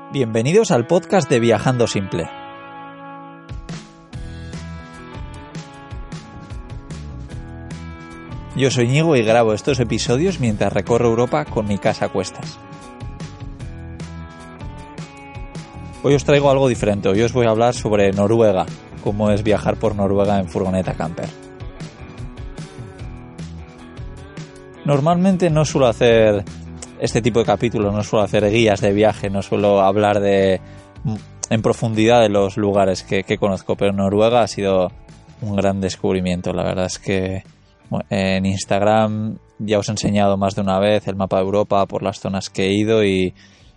Bienvenidos al podcast de Viajando Simple. Yo soy Íñigo y grabo estos episodios mientras recorro Europa con mi casa a cuestas. Hoy os traigo algo diferente. Hoy os voy a hablar sobre Noruega, cómo es viajar por Noruega en furgoneta camper. Normalmente no suelo hacer este tipo de capítulos, no suelo hacer guías de viaje, no suelo hablar en profundidad de los lugares que conozco, pero Noruega ha sido un gran descubrimiento. La verdad es que en Instagram ya os he enseñado más de una vez el mapa de Europa por las zonas que he ido y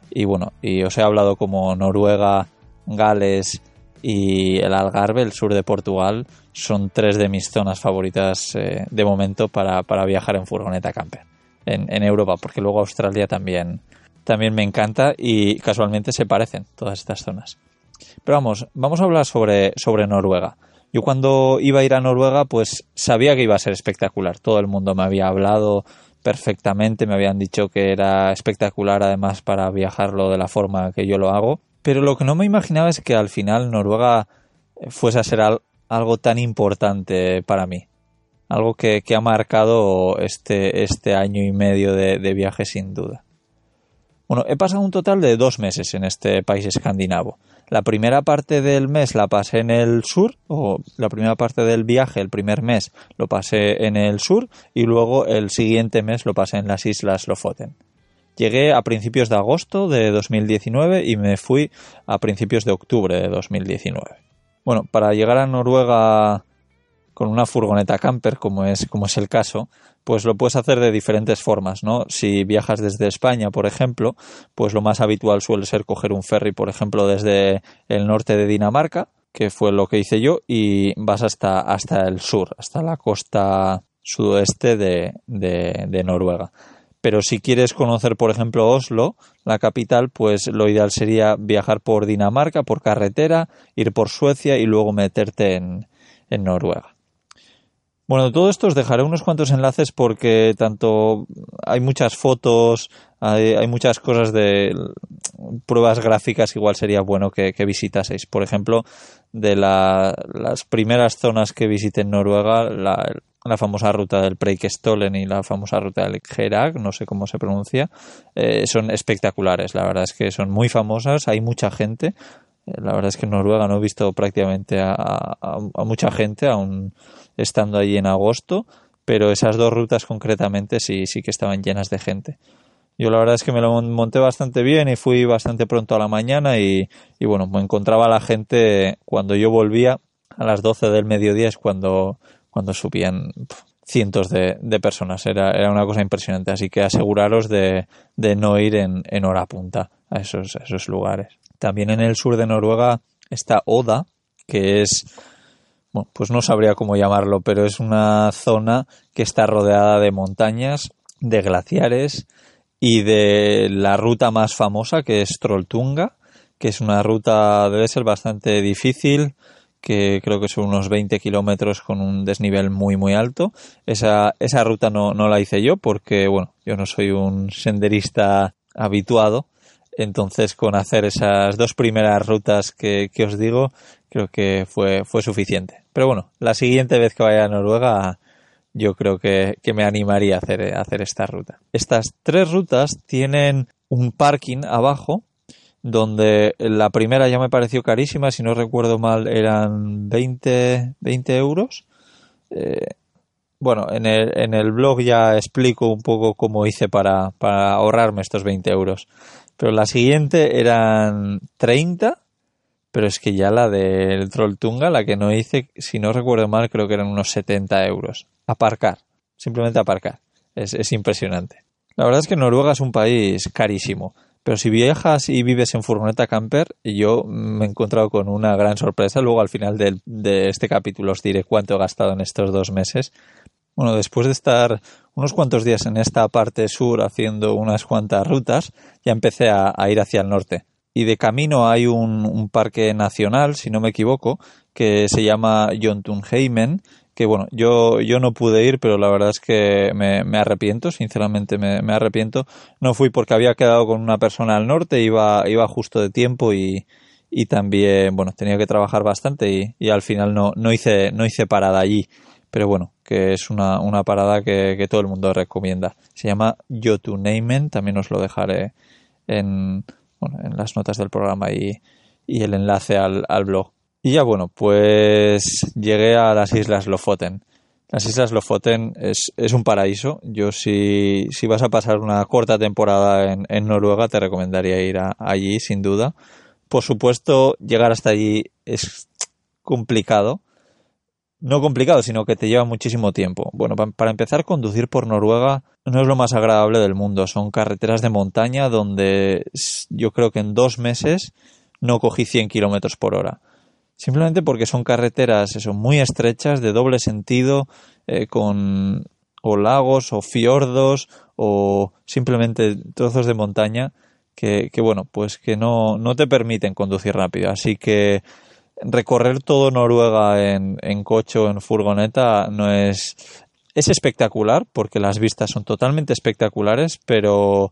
os he hablado como Noruega, Gales y el Algarve, el sur de Portugal, son tres de mis zonas favoritas de momento para viajar en furgoneta camper en Europa, porque luego Australia también me encanta y casualmente se parecen todas estas zonas. Pero vamos a hablar sobre Noruega. Yo cuando iba a ir a Noruega pues sabía que iba a ser espectacular. Todo el mundo me había hablado perfectamente, me habían dicho que era espectacular además para viajarlo de la forma que yo lo hago. Pero lo que no me imaginaba es que al final Noruega fuese a ser algo tan importante para mí. Algo que ha marcado este año y medio de viaje sin duda. Bueno, he pasado un total de 2 meses en este país escandinavo. La primera parte del mes la pasé en el sur, o la primera parte del viaje, el primer mes, lo pasé en el sur y luego el siguiente mes lo pasé en las islas Lofoten. Llegué a principios de agosto de 2019 y me fui a principios de octubre de 2019. Bueno, para llegar a Noruega con una furgoneta camper, como es el caso, pues lo puedes hacer de diferentes formas, ¿no? Si viajas desde España, por ejemplo, pues lo más habitual suele ser coger un ferry, por ejemplo, desde el norte de Dinamarca, que fue lo que hice yo, y vas hasta el sur, hasta la costa sudoeste de Noruega. Pero si quieres conocer, por ejemplo, Oslo, la capital, pues lo ideal sería viajar por Dinamarca, por carretera, ir por Suecia y luego meterte en Noruega. Bueno, de todo esto os dejaré unos cuantos enlaces porque tanto hay muchas fotos, hay muchas cosas de pruebas gráficas, igual sería bueno que visitaseis. Por ejemplo, de las primeras zonas que visité en Noruega, la famosa ruta del Preikestolen y la famosa ruta del Gerag, no sé cómo se pronuncia, son espectaculares. La verdad es que son muy famosas, hay mucha gente. La verdad es que en Noruega no he visto prácticamente a mucha gente, aún estando allí en agosto, pero esas 2 rutas concretamente sí que estaban llenas de gente. Yo la verdad es que me lo monté bastante bien y fui bastante pronto a la mañana y bueno, me encontraba la gente cuando yo volvía a las 12 del mediodía, es cuando subían cientos de personas. Era una cosa impresionante, así que aseguraros de no ir en hora punta a esos lugares. También en el sur de Noruega está Oda, que es, bueno, pues no sabría cómo llamarlo, pero es una zona que está rodeada de montañas, de glaciares y de la ruta más famosa, que es Trolltunga, que es una ruta, debe ser bastante difícil, que creo que son unos 20 kilómetros con un desnivel muy muy alto. Esa ruta no la hice yo porque, bueno, yo no soy un senderista habituado. Entonces, con hacer esas 2 primeras rutas que os digo, creo que fue suficiente. Pero bueno, la siguiente vez que vaya a Noruega, yo creo que me animaría a hacer esta ruta. Estas 3 rutas tienen un parking abajo, donde la primera ya me pareció carísima, si no recuerdo mal eran 20 euros. Bueno, en el blog ya explico un poco cómo hice para ahorrarme estos 20 euros. Pero la siguiente eran 30, pero es que ya la del Trolltunga, la que no hice, si no recuerdo mal, creo que eran unos 70 euros. Aparcar, simplemente aparcar. Es impresionante. La verdad es que Noruega es un país carísimo, pero si viajas y vives en furgoneta camper, yo me he encontrado con una gran sorpresa. Luego al final de este capítulo os diré cuánto he gastado en estos 2 meses. Bueno, después de estar unos cuantos días en esta parte sur haciendo unas cuantas rutas, ya empecé a ir hacia el norte. Y de camino hay un parque nacional, si no me equivoco, que se llama Jotunheimen que bueno, yo no pude ir, pero la verdad es que me arrepiento, sinceramente me arrepiento. No fui porque había quedado con una persona al norte, iba justo de tiempo y también, bueno, tenía que trabajar bastante y al final no hice parada allí. Pero bueno, que es una parada que todo el mundo recomienda. Se llama Jotunheimen, también os lo dejaré en las notas del programa y el enlace al blog. Y ya bueno, pues llegué a las Islas Lofoten. Las Islas Lofoten es un paraíso. Yo si vas a pasar una corta temporada en Noruega, te recomendaría ir allí, sin duda. Por supuesto, llegar hasta allí es complicado. No complicado, sino que te lleva muchísimo tiempo. Bueno, para empezar, conducir por Noruega no es lo más agradable del mundo. Son carreteras de montaña donde yo creo que en 2 meses no cogí 100 kilómetros por hora. Simplemente porque son carreteras muy estrechas, de doble sentido, con o lagos o fiordos o simplemente trozos de montaña que bueno, pues que no te permiten conducir rápido. Así que recorrer todo Noruega en coche o en furgoneta no es espectacular porque las vistas son totalmente espectaculares, pero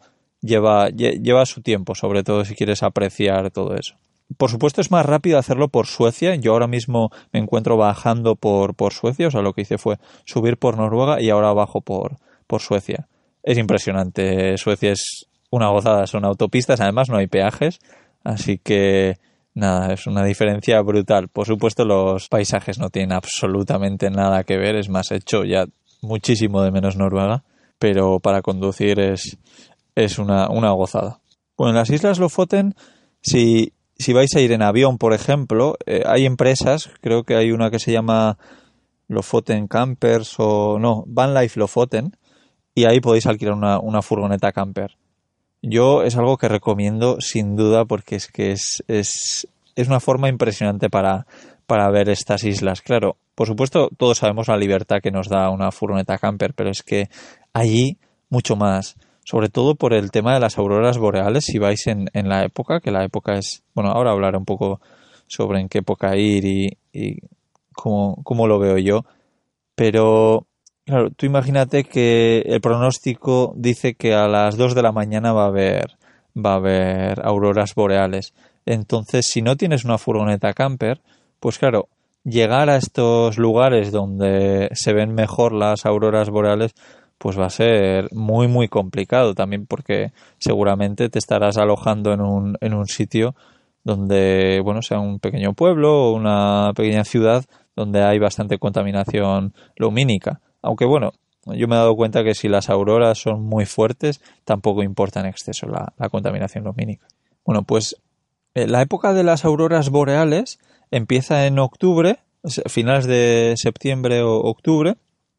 lleva su tiempo, sobre todo si quieres apreciar todo eso. Por supuesto es más rápido hacerlo por Suecia. Yo ahora mismo me encuentro bajando por Suecia, o sea, lo que hice fue subir por Noruega y ahora bajo por Suecia. Es impresionante, Suecia es una gozada, son autopistas, además no hay peajes, así que nada, es una diferencia brutal. Por supuesto los paisajes no tienen absolutamente nada que ver, es más, hecho ya muchísimo de menos Noruega, pero para conducir es una gozada. Bueno, en las Islas Lofoten, si vais a ir en avión, por ejemplo, hay empresas, creo que hay una que se llama Lofoten Campers Van Life Lofoten, y ahí podéis alquilar una furgoneta camper. Yo es algo que recomiendo sin duda porque es que es una forma impresionante para ver estas islas. Claro, por supuesto todos sabemos la libertad que nos da una furgoneta camper, pero es que allí mucho más. Sobre todo por el tema de las auroras boreales, si vais en la época, que la época es... Bueno, ahora hablaré un poco sobre en qué época ir y cómo lo veo yo. Pero, claro, tú imagínate que el pronóstico dice que a las 2 de la mañana va a haber auroras boreales. Entonces, si no tienes una furgoneta camper, pues claro, llegar a estos lugares donde se ven mejor las auroras boreales pues va a ser muy muy complicado también porque seguramente te estarás alojando en un sitio donde, bueno, sea un pequeño pueblo o una pequeña ciudad donde hay bastante contaminación lumínica. Aunque bueno, yo me he dado cuenta que si las auroras son muy fuertes, tampoco importa en exceso la contaminación lumínica. Bueno, pues la época de las auroras boreales empieza en octubre, finales de septiembre o octubre,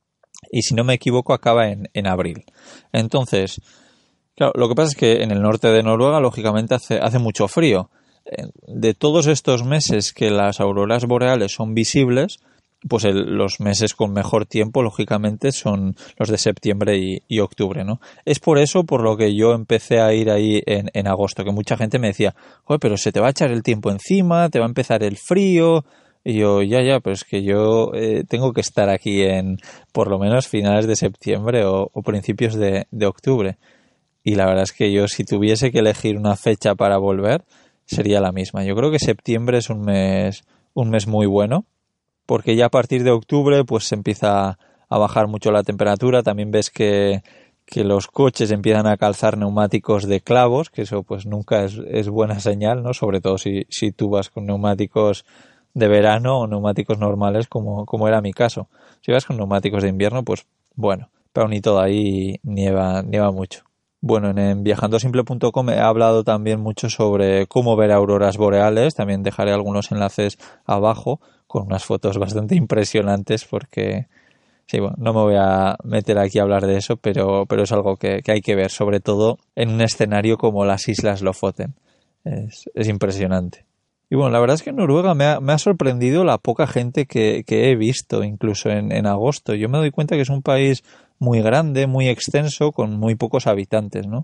y si no me equivoco acaba en abril. Entonces, claro, lo que pasa es que en el norte de Noruega lógicamente hace mucho frío. De todos estos meses que las auroras boreales son visibles, pues los meses con mejor tiempo lógicamente son los de septiembre y octubre, ¿no? Es por eso por lo que yo empecé a ir ahí en agosto, que mucha gente me decía, joder, pero se te va a echar el tiempo encima, te va a empezar el frío. Y yo, ya, pero es que yo tengo que estar aquí en por lo menos finales de septiembre o principios de octubre. Y la verdad es que yo, si tuviese que elegir una fecha para volver, sería la misma. Yo creo que septiembre es un mes muy bueno, porque ya a partir de octubre pues se empieza a bajar mucho la temperatura. También ves que los coches empiezan a calzar neumáticos de clavos, que eso pues nunca es buena señal, ¿no? Sobre todo si tú vas con neumáticos de verano o neumáticos normales como era mi caso. Si vas con neumáticos de invierno, pues bueno, pero ni todo ahí nieva mucho. Bueno, en viajandosimple.com he hablado también mucho sobre cómo ver auroras boreales. También dejaré algunos enlaces abajo con unas fotos bastante impresionantes porque, sí, bueno, no me voy a meter aquí a hablar de eso, pero es algo que hay que ver, sobre todo en un escenario como las Islas Lofoten. Es impresionante. Y bueno, la verdad es que en Noruega me ha sorprendido la poca gente que he visto, incluso en agosto. Yo me doy cuenta que es un país muy grande, muy extenso, con muy pocos habitantes, ¿no?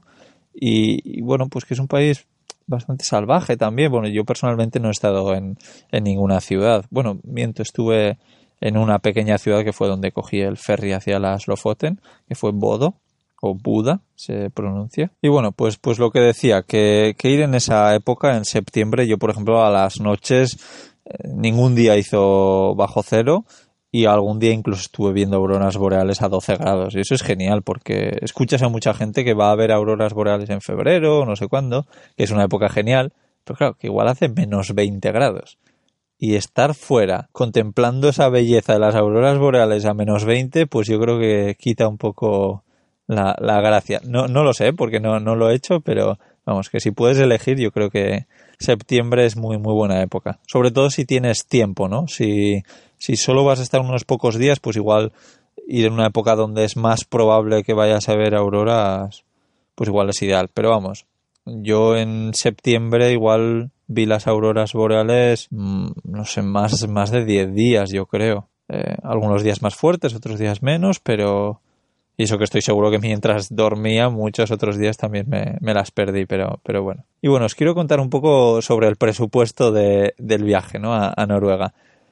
Y bueno, pues que es un país bastante salvaje también. Bueno, yo personalmente no he estado en ninguna ciudad. Bueno, miento, estuve en una pequeña ciudad que fue donde cogí el ferry hacia las Lofoten, que fue Bodo, o Buda se pronuncia. Y bueno, pues lo que decía, que ir en esa época, en septiembre, yo por ejemplo a las noches ningún día hizo bajo cero y algún día incluso estuve viendo auroras boreales a 12 grados. Y eso es genial porque escuchas a mucha gente que va a ver auroras boreales en febrero o no sé cuándo, que es una época genial, pero claro, que igual hace menos 20 grados. Y estar fuera contemplando esa belleza de las auroras boreales a menos 20, pues yo creo que quita un poco la gracia. No lo sé porque no lo he hecho, pero vamos, que si puedes elegir yo creo que septiembre es muy muy buena época. Sobre todo si tienes tiempo, ¿no? Si solo vas a estar unos pocos días, pues igual ir en una época donde es más probable que vayas a ver auroras, pues igual es ideal. Pero vamos, yo en septiembre igual vi las auroras boreales, no sé, más de 10 días yo creo. Algunos días más fuertes, otros días menos, pero... Y eso que estoy seguro que mientras dormía muchos otros días también me las perdí, pero bueno. Y bueno, os quiero contar un poco sobre el presupuesto del viaje, ¿no? a Noruega.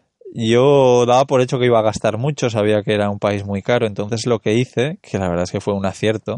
Yo daba por hecho que iba a gastar mucho, sabía que era un país muy caro, entonces lo que hice, que la verdad es que fue un acierto,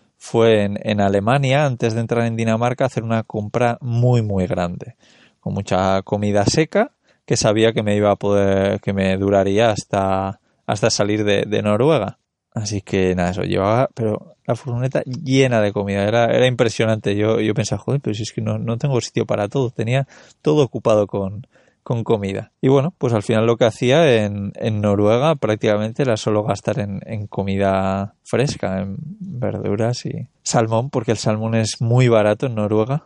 fue en Alemania, antes de entrar en Dinamarca, hacer una compra muy muy grande, con mucha comida seca, que sabía que que me duraría hasta salir de Noruega. Así que nada, eso llevaba, pero la furgoneta llena de comida, era impresionante. Yo pensaba, joder, pero si es que no tengo sitio para todo, tenía todo ocupado con comida. Y bueno, pues al final lo que hacía en Noruega prácticamente era solo gastar en comida fresca, en verduras y salmón, porque el salmón es muy barato en Noruega.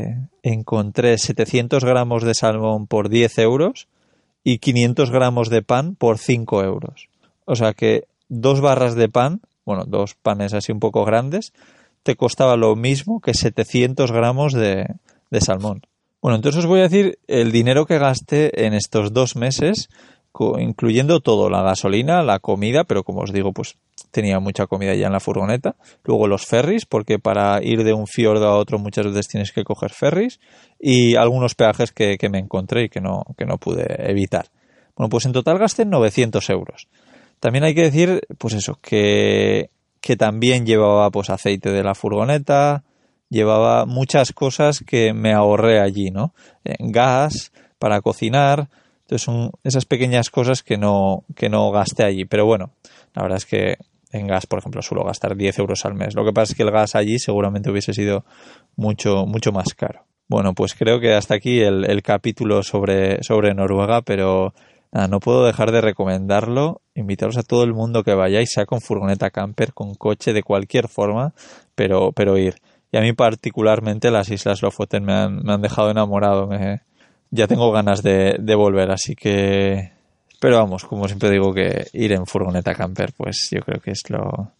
Encontré 700 gramos de salmón por 10 euros y 500 gramos de pan por 5 euros. O sea que 2 barras de pan, bueno, 2 panes así un poco grandes, te costaba lo mismo que 700 gramos de salmón. Bueno, entonces os voy a decir el dinero que gasté en estos 2 meses, incluyendo todo, la gasolina, la comida, pero como os digo, pues tenía mucha comida ya en la furgoneta. Luego los ferries, porque para ir de un fiordo a otro muchas veces tienes que coger ferries, y algunos peajes que me encontré y que no pude evitar. Bueno, pues en total gasté 900 euros. También hay que decir, pues eso, que también llevaba pues aceite de la furgoneta, llevaba muchas cosas que me ahorré allí, ¿no? Gas para cocinar, entonces son esas pequeñas cosas que no gasté allí. Pero bueno, la verdad es que en gas, por ejemplo, suelo gastar 10 euros al mes. Lo que pasa es que el gas allí seguramente hubiese sido mucho, mucho más caro. Bueno, pues creo que hasta aquí el capítulo sobre Noruega, pero... nada, no puedo dejar de recomendarlo, invitaros a todo el mundo que vayáis, sea con furgoneta camper, con coche, de cualquier forma, pero ir. Y a mí particularmente las Islas Lofoten me han dejado enamorado, ya tengo ganas de volver, así que... Pero vamos, como siempre digo, que ir en furgoneta camper, pues yo creo que es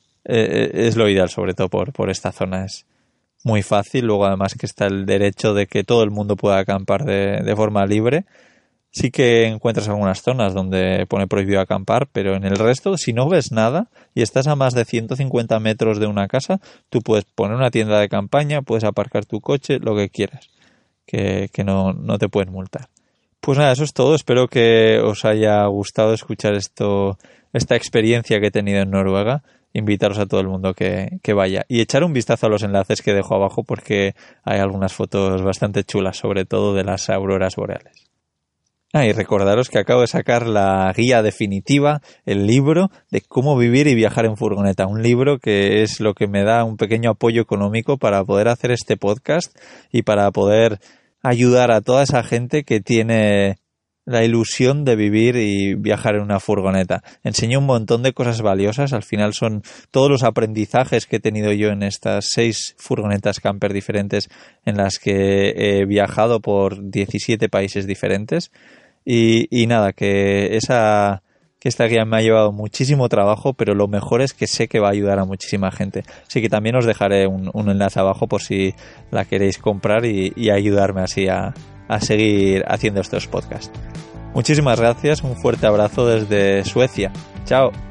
lo ideal, sobre todo por esta zona, es muy fácil. Luego además que está el derecho de que todo el mundo pueda acampar de forma libre. Sí que encuentras algunas zonas donde pone prohibido acampar, pero en el resto, si no ves nada y estás a más de 150 metros de una casa, tú puedes poner una tienda de campaña, puedes aparcar tu coche, lo que quieras, que no te pueden multar. Pues nada, eso es todo. Espero que os haya gustado escuchar esta experiencia que he tenido en Noruega. Invitaros a todo el mundo que vaya y echar un vistazo a los enlaces que dejo abajo porque hay algunas fotos bastante chulas, sobre todo de las auroras boreales. Y recordaros que acabo de sacar la guía definitiva, el libro de cómo vivir y viajar en furgoneta. Un libro que es lo que me da un pequeño apoyo económico para poder hacer este podcast y para poder ayudar a toda esa gente que tiene la ilusión de vivir y viajar en una furgoneta. Enseño un montón de cosas valiosas. Al final son todos los aprendizajes que he tenido yo en estas 6 furgonetas camper diferentes en las que he viajado por 17 países diferentes. Y nada, que esta guía me ha llevado muchísimo trabajo, pero lo mejor es que sé que va a ayudar a muchísima gente. Así que también os dejaré un enlace abajo por si la queréis comprar y ayudarme así a seguir haciendo estos podcasts. Muchísimas gracias, un fuerte abrazo desde Suecia. Chao.